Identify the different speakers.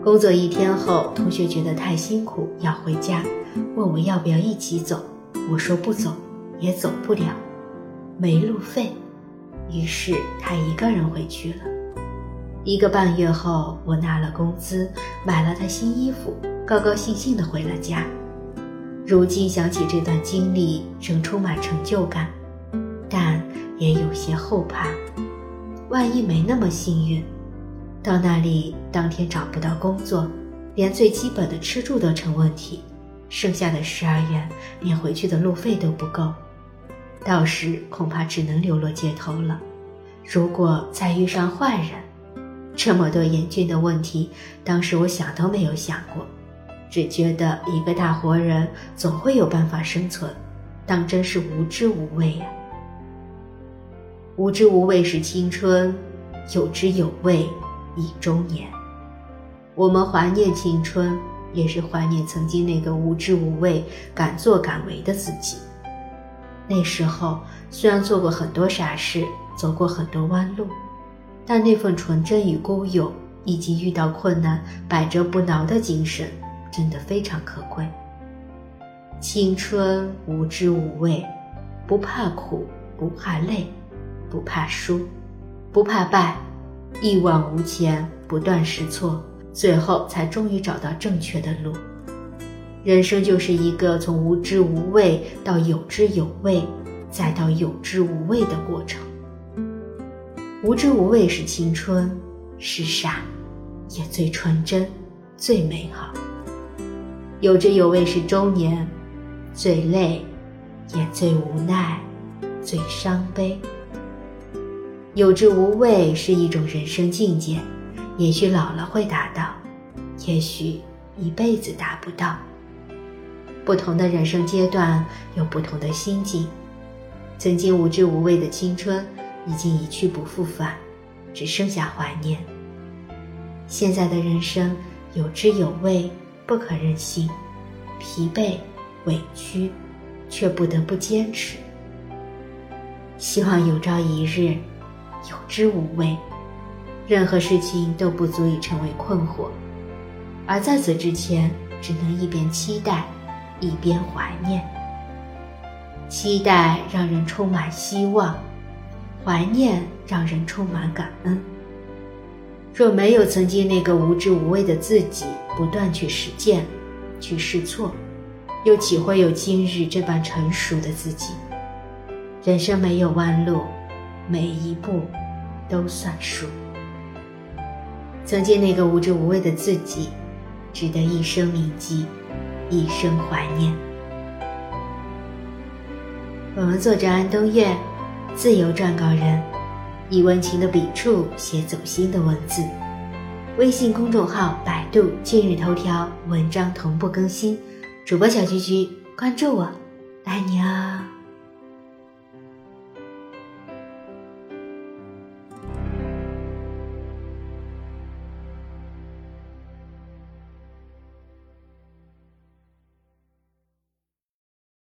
Speaker 1: 工作1天后，同学觉得太辛苦，要回家，问我要不要一起走。我说不走，也走不了，没路费。于是他一个人回去了。1个半月后，我拿了工资，买了他新衣服，高高兴兴地回了家。如今想起这段经历，仍充满成就感，但也有些后怕。万一没那么幸运，到那里当天找不到工作，连最基本的吃住都成问题，剩下的12元连回去的路费都不够，到时恐怕只能流落街头了。如果再遇上坏人，这么多严峻的问题，当时我想都没有想过，只觉得一个大活人总会有办法生存，当真是无知无畏呀。无知无畏是青春，有知有畏已中年。我们怀念青春，也是怀念曾经那个无知无畏、敢作敢为的自己。那时候虽然做过很多傻事，走过很多弯路，但那份纯真与孤勇，以及遇到困难百折不挠的精神，真的非常可贵。青春无知无畏，不怕苦，不怕累，不怕输，不怕败，一往无前，不断试错，最后才终于找到正确的路。人生就是一个从无知无畏到有知有畏，再到有知无畏的过程。无知无畏是青春，是傻，也最纯真，最美好。有知有畏是中年，最累，也最无奈，最伤悲。有知无畏是一种人生境界，也许老了会达到，也许一辈子达不到。不同的人生阶段有不同的心境，曾经无知无畏的青春已经一去不复返，只剩下怀念。现在的人生有知有畏，不可任性，疲惫委屈，却不得不坚持。希望有朝一日有知无畏，任何事情都不足以成为困惑，而在此之前，只能一边期待，一边怀念。期待让人充满希望，怀念让人充满感恩。若没有曾经那个无知无畏的自己，不断去实践，去试错，又岂会有今日这般成熟的自己？人生没有弯路，每一步都算数。曾经那个无知无畏的自己，值得一生铭记，一生怀念。本文作者安东月，自由撰稿人，以温情的笔触写走心的文字。微信公众号、百度、今日头条文章同步更新，主播小菊菊，关注我，爱你啊。